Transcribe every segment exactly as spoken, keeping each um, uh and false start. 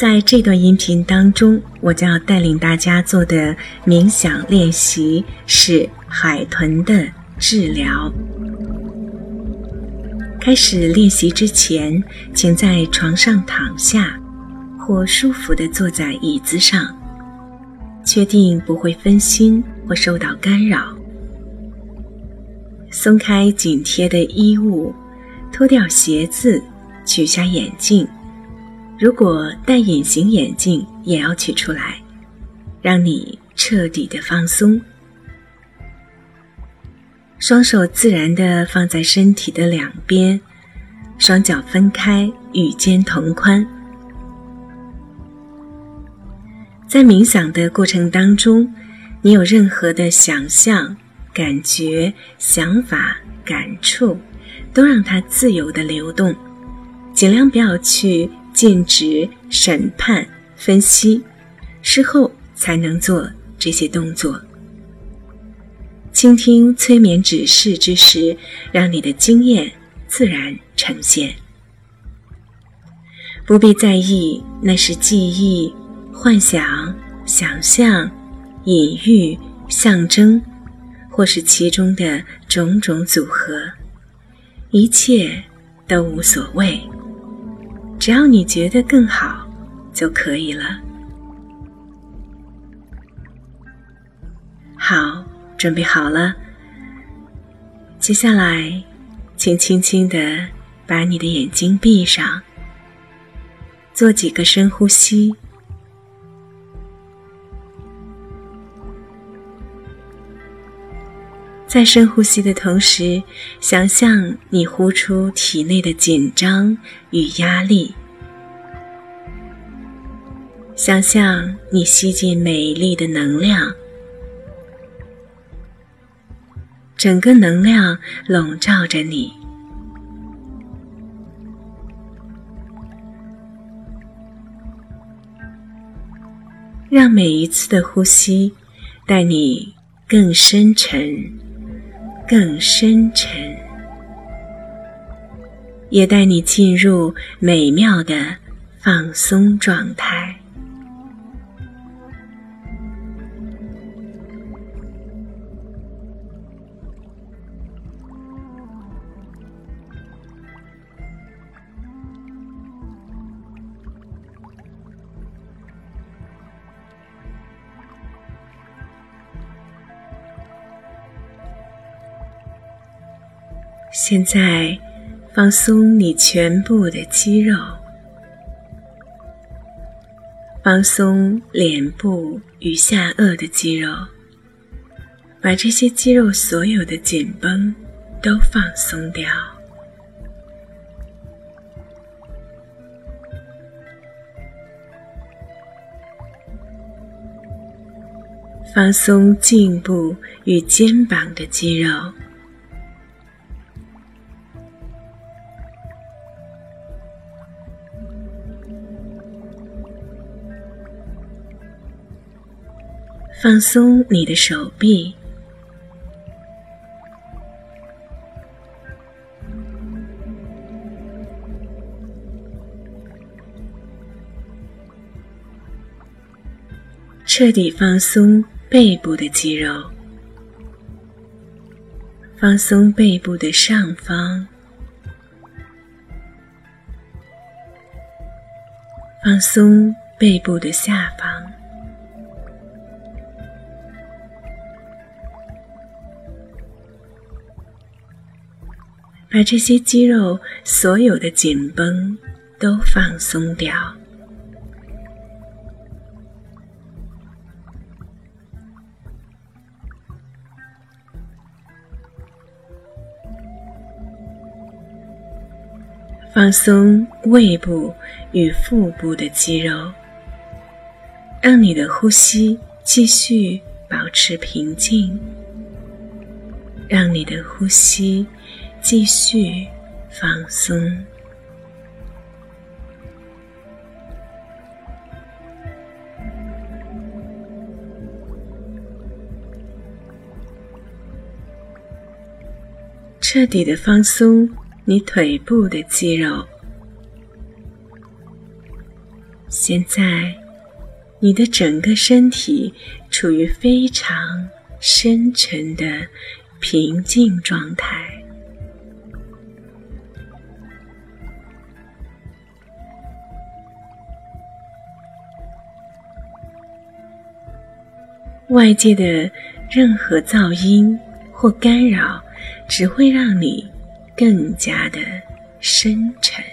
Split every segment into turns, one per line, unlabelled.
在这段音频当中，我将要带领大家做的冥想练习是海豚的治疗。开始练习之前，请在床上躺下，或舒服地坐在椅子上，确定不会分心或受到干扰。松开紧贴的衣物，脱掉鞋子，取下眼镜。如果戴隐形眼镜也要取出来，让你彻底的放松。双手自然地放在身体的两边，双脚分开，与肩同宽。在冥想的过程当中，你有任何的想象、感觉、想法、感触，都让它自由地流动，尽量不要去禁止、审判、分析，事后才能做这些动作。倾听催眠指示之时，让你的经验自然呈现。不必在意那是记忆、幻想、想象、隐喻、象征，或是其中的种种组合，一切都无所谓。只要你觉得更好就可以了。好，准备好了。接下来，请轻轻地把你的眼睛闭上，做几个深呼吸。在深呼吸的同时，想象你呼出体内的紧张与压力，想象你吸进美丽的能量，整个能量笼罩着你，让每一次的呼吸带你更深沉更深沉，也带你进入美妙的放松状态。现在放松你全部的肌肉，放松脸部与下颚的肌肉，把这些肌肉所有的紧绷都放松掉。放松颈部与肩膀的肌肉，放松你的手臂，彻底放松背部的肌肉，放松背部的上方，放松背部的下方。把这些肌肉所有的紧绷都放松掉。放松胃部与腹部的肌肉，让你的呼吸继续保持平静，让你的呼吸继续放松。彻底的放松你腿部的肌肉， 现在，你的整个身体处于非常深沉的平静状态。外界的任何噪音或干扰，只会让你更加的深沉。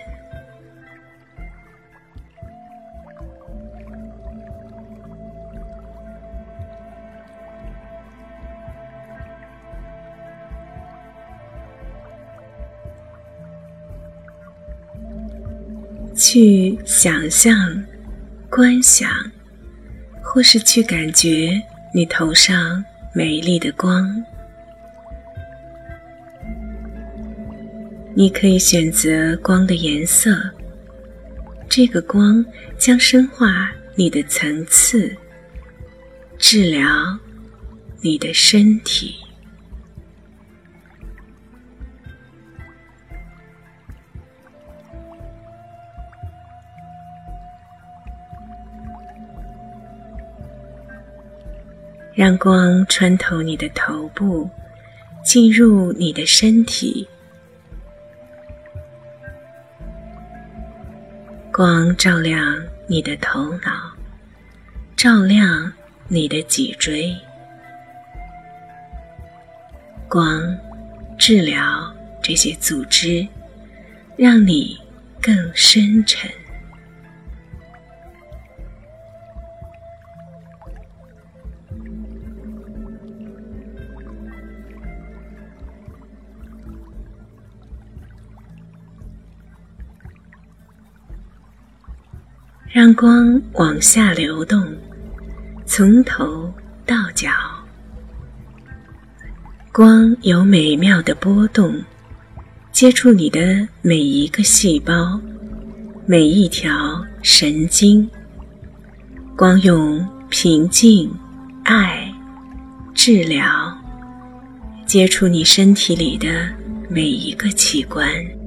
去想象、观想，或是去感觉你头上美丽的光。你可以选择光的颜色，这个光将深化你的层次，治疗你的身体。让光穿透你的头部，进入你的身体。光照亮你的头脑，照亮你的脊椎。光治疗这些组织，让你更深沉。让光往下流动，从头到脚。光有美妙的波动，接触你的每一个细胞，每一条神经。光用平静、爱、治疗，接触你身体里的每一个器官。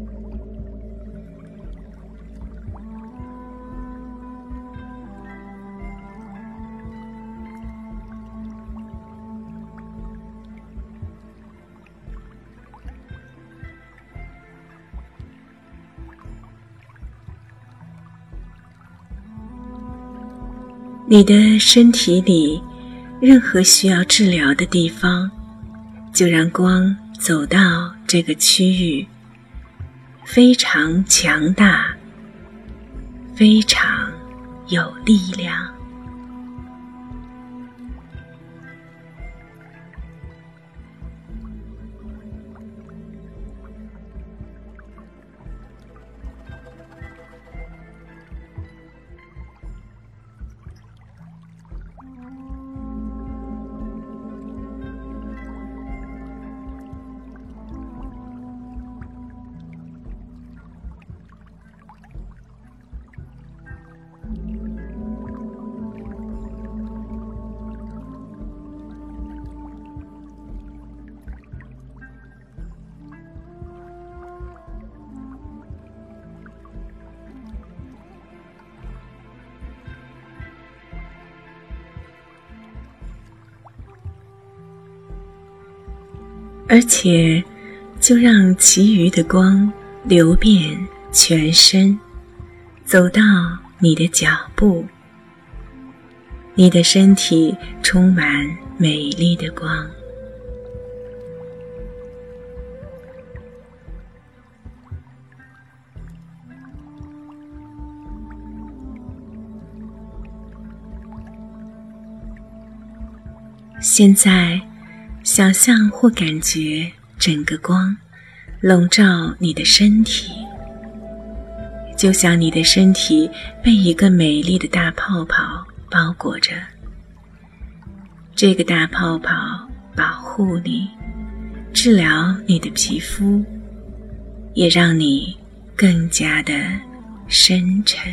你的身体里任何需要治疗的地方，就让光走到这个区域，非常强大，非常有力量。而且就让其余的光流遍全身，走到你的脚部。你的身体充满美丽的光。现在想象或感觉整个光笼罩你的身体，就像你的身体被一个美丽的大泡泡包裹着。这个大泡泡保护你，治疗你的皮肤，也让你更加的深沉。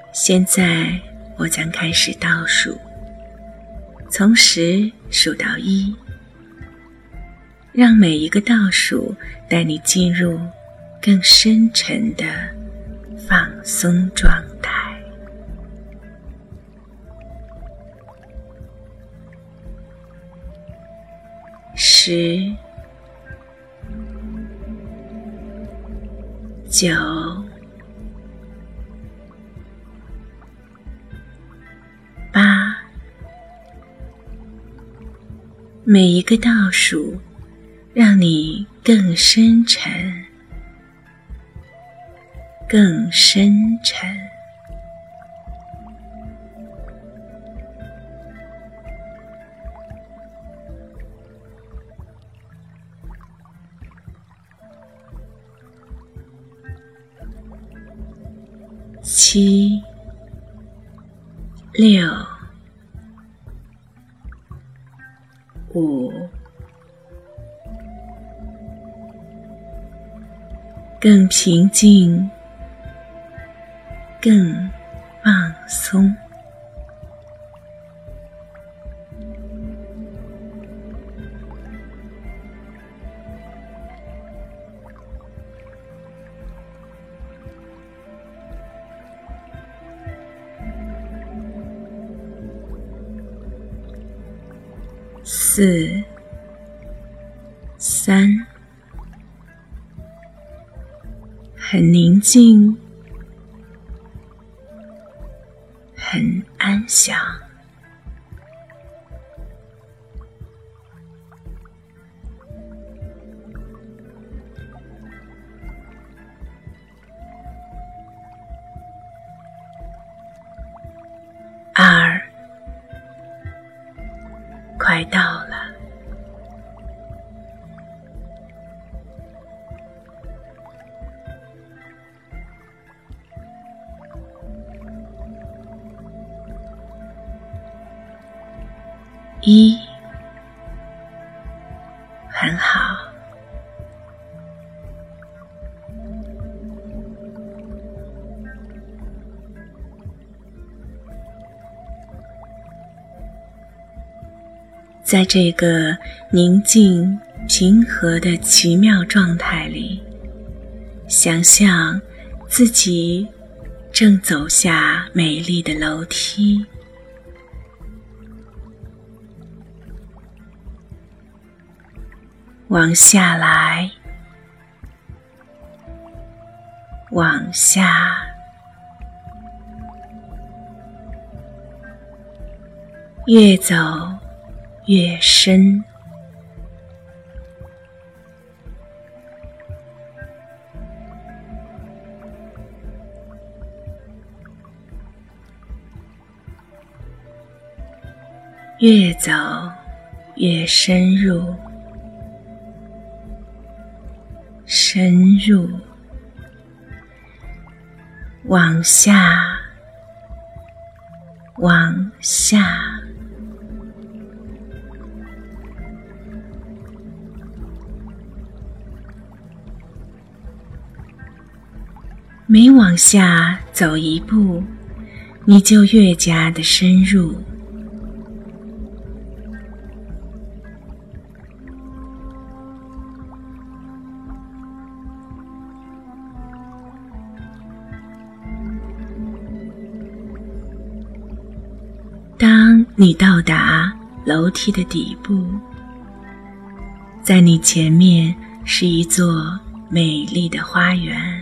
现在我将开始倒数，从十数到一，让每一个倒数带你进入更深沉的放松状态。十、九、八，每一个倒数让你更深沉，更深沉。七、六、五，更平静，更放松。四、三，很宁静，很安详。二，快到了。一，很好。在这个宁静平和的奇妙状态里，想象自己正走下美丽的楼梯，往下来，往下，越走越深，越走越深入，深入，往下，往下，每往下走一步，你就越加的深入。当你到达楼梯的底部，在你前面是一座美丽的花园，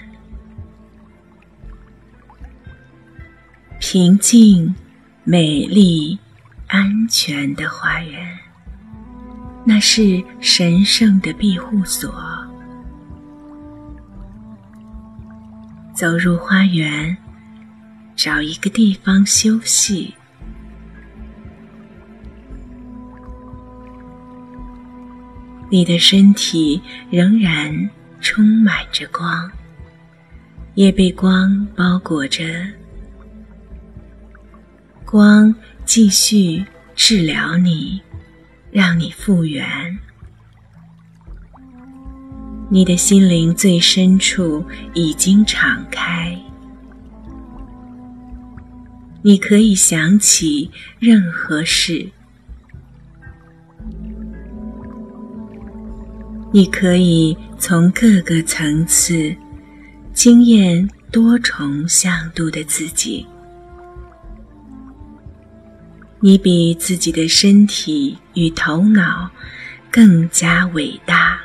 平静、美丽、安全的花园，那是神圣的庇护所。走入花园，找一个地方休息。你的身体仍然充满着光，也被光包裹着。光继续治疗你，让你复原。你的心灵最深处已经敞开， 你可以想起任何事，你可以从各个层次经验多重向度的自己。你比自己的身体与头脑更加伟大。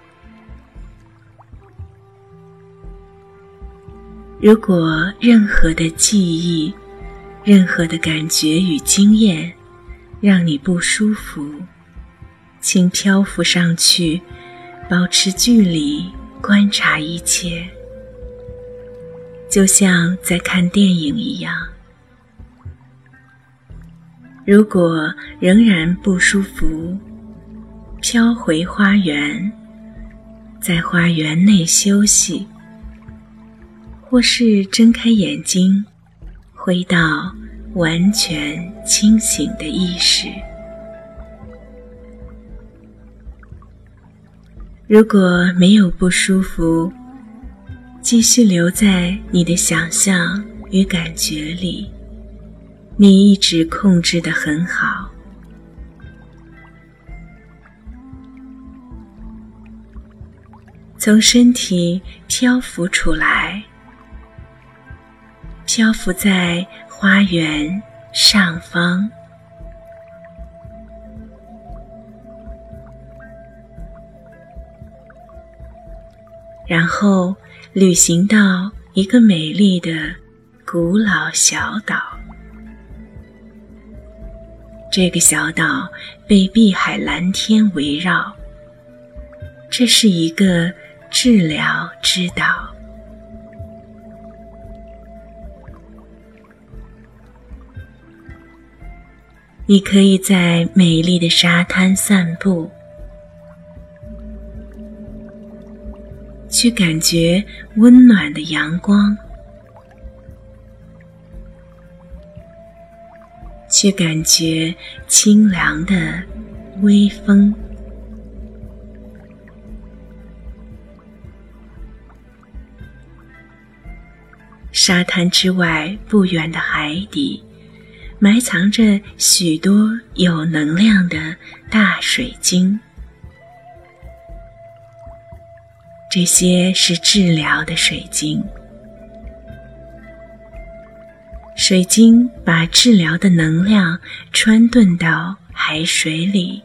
如果任何的记忆，任何的感觉与经验让你不舒服，请漂浮上去，保持距离，观察一切，就像在看电影一样。如果仍然不舒服，飘回花园，在花园内休息，或是睁开眼睛，回到完全清醒的意识。如果没有不舒服，继续留在你的想象与感觉里，你一直控制得很好。从身体漂浮出来，漂浮在花园上方，然后旅行到一个美丽的古老小岛。这个小岛被碧海蓝天围绕，这是一个治疗之岛。你可以在美丽的沙滩散步，去感觉温暖的阳光，去感觉清凉的微风。沙滩之外不远的海底，埋藏着许多有能量的大水晶，这些是治疗的水晶。水晶把治疗的能量穿遁到海水里，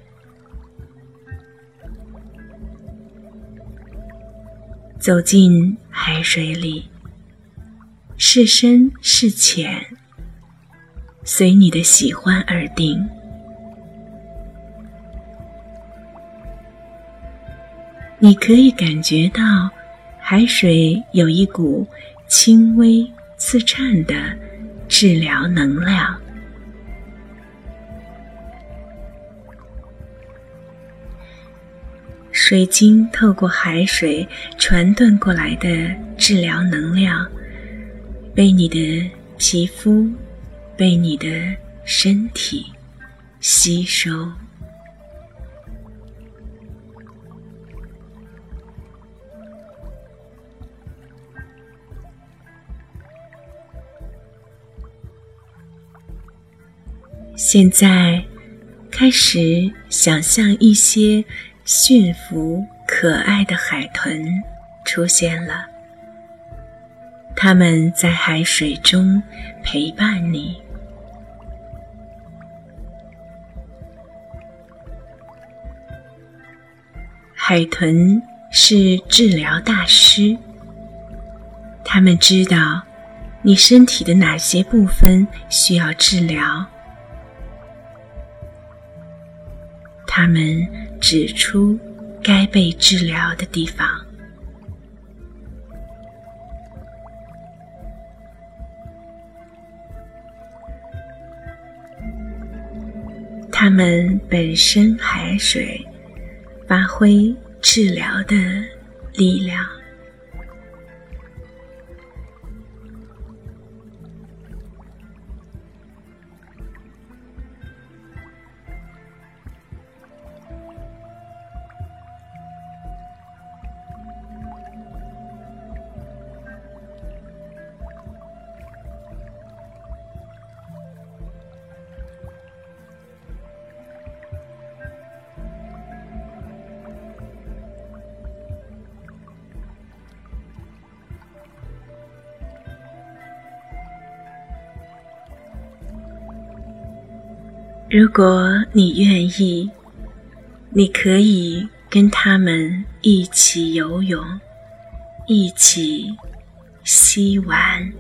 走进海水里，是深是浅，随你的喜欢而定。你可以感觉到海水有一股轻微刺颤的治疗能量。水晶透过海水传遁过来的治疗能量，被你的皮肤，被你的身体吸收。现在开始想象一些驯服可爱的海豚出现了，它们在海水中陪伴你。海豚是治疗大师，他们知道你身体的哪些部分需要治疗，他们指出该被治疗的地方。它们本身海水发挥治疗的力量。 如果你愿意，你可以跟他们一起游泳，一起嬉玩。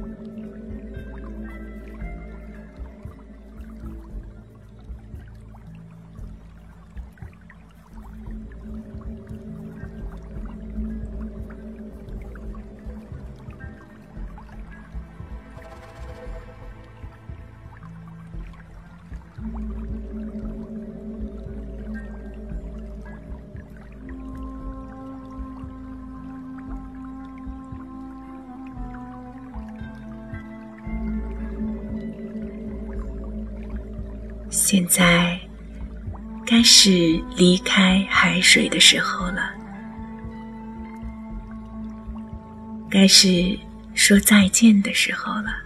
现在该是离开海水的时候了，该是说再见的时候了。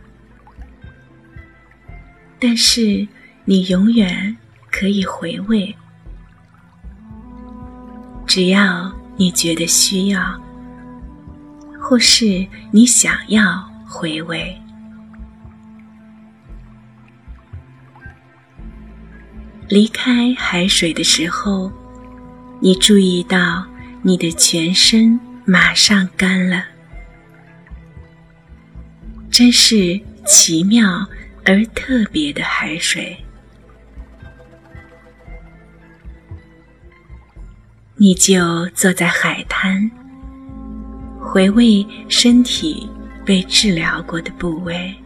但是你永远可以回味，只要你觉得需要，或是你想要回味。离开海水的时候，你注意到你的全身马上干了，真是奇妙而特别的海水。你就坐在海滩，回味身体被治疗过的部位，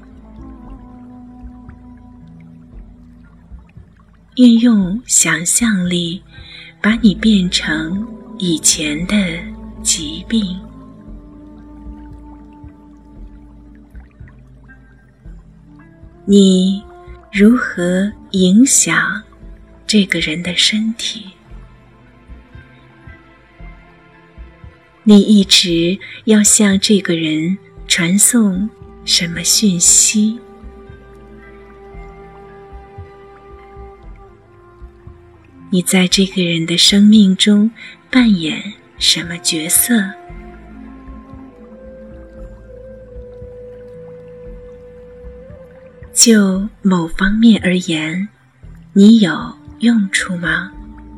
运用想象力把你变成以前的疾病。你如何影响这个人的身体？你一直要向这个人传送什么讯息？你在这个人的生命中扮演什么角色？就某方面而言，你有用处吗？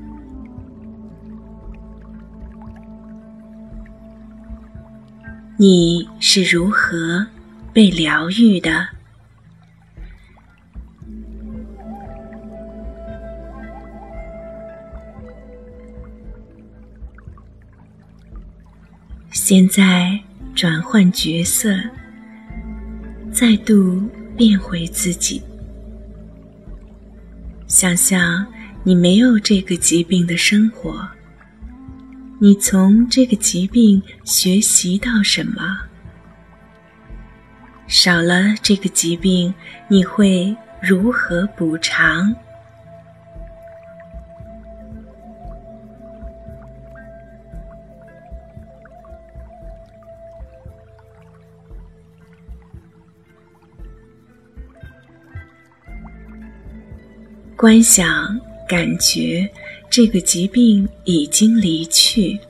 你是如何被疗愈的？现在转换角色，再度变回自己。想象你没有这个疾病的生活，你从这个疾病学习到什么？少了这个疾病，你会如何补偿？观想感觉这个疾病已经离去，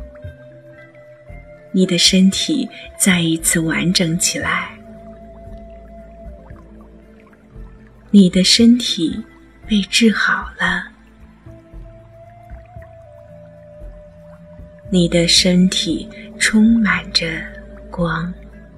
你的身体再一次完整起来，你的身体被治好了，你的身体充满着光。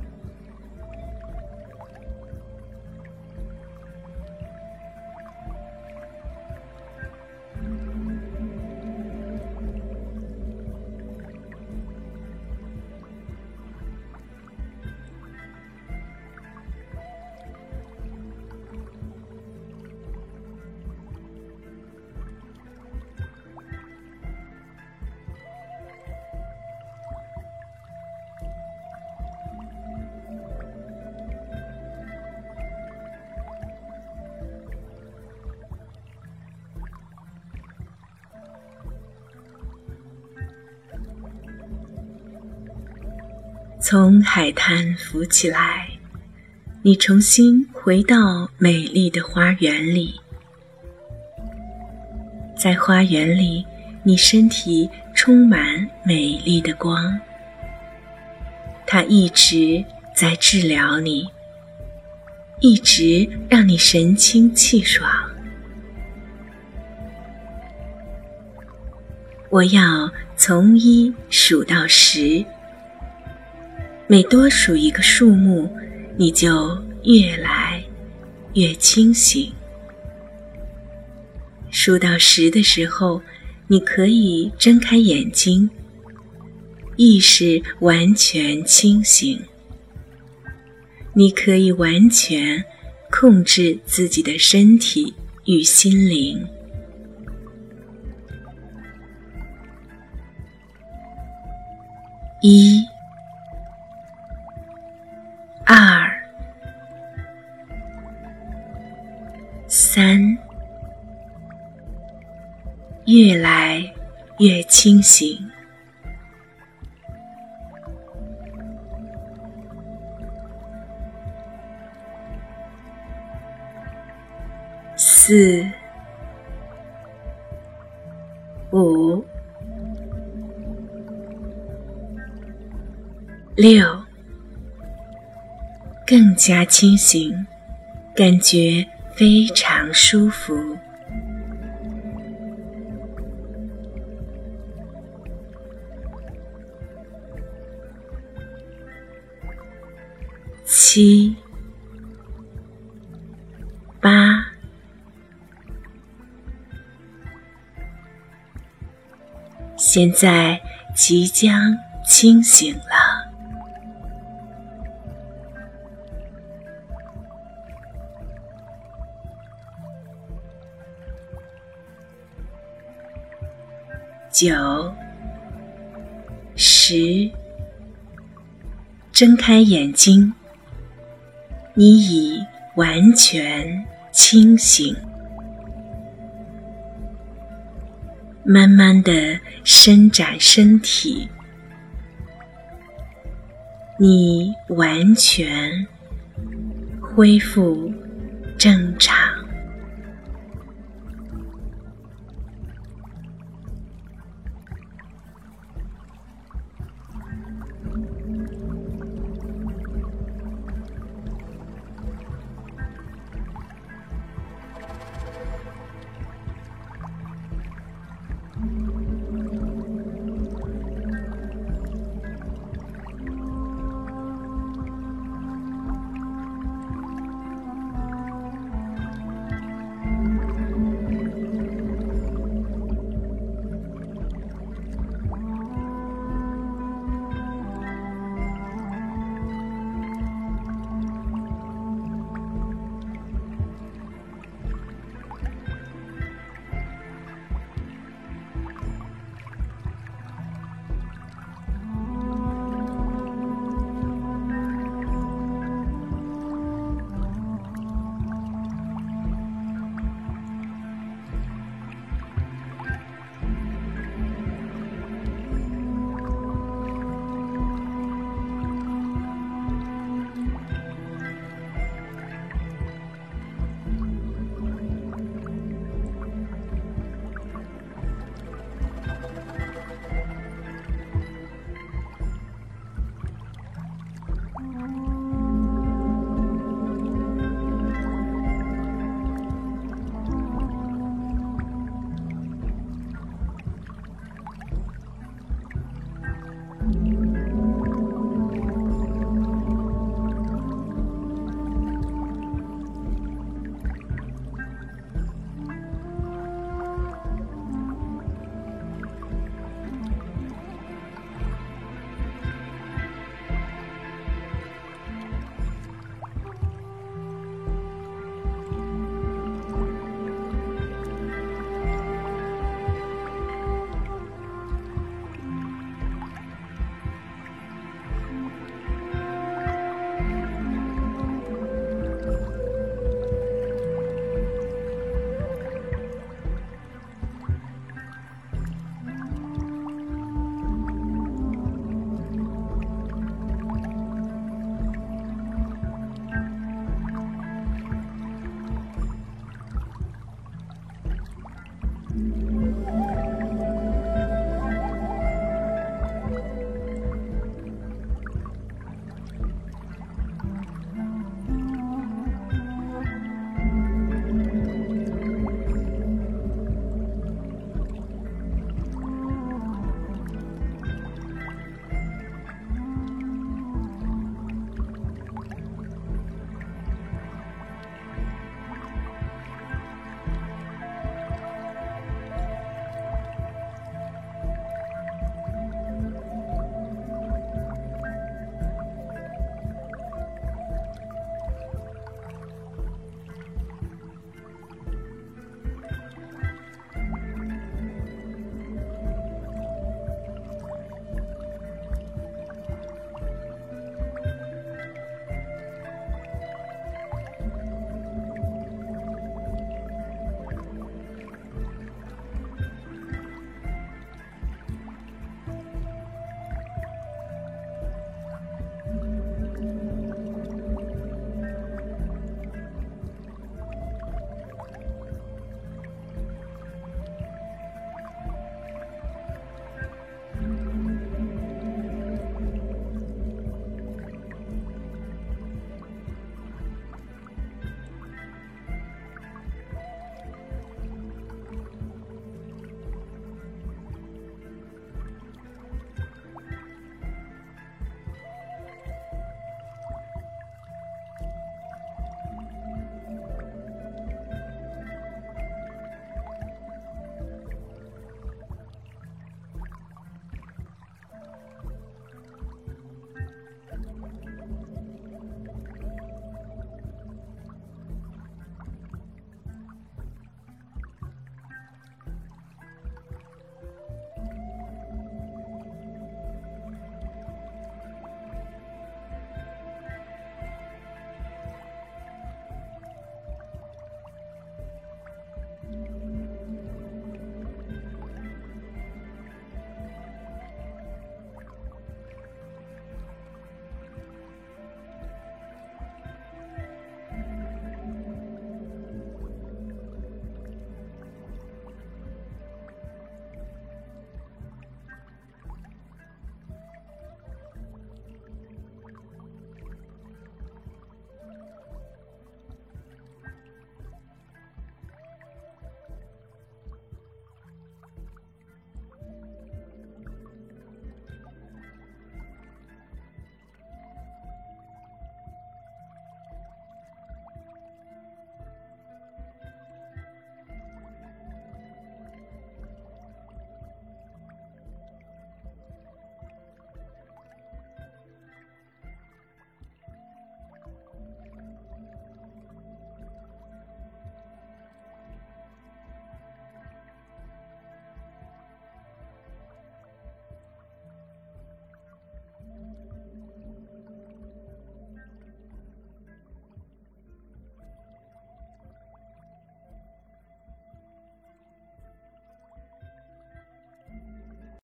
从海滩浮起来，你重新回到美丽的花园里。在花园里，你身体充满美丽的光，它一直在治疗你，一直让你神清气爽。 我要从一数到十，每多数一个数目，你就越来越清醒。数到十的时候，你可以睁开眼睛，意识完全清醒。你可以完全控制自己的身体与心灵。一、二、三，越来越清醒。四、五、六，更加清醒，感觉非常舒服。七、八、现在即将清醒了。九、十，睁开眼睛，你已完全清醒。慢慢地伸展身体，你完全恢复正常。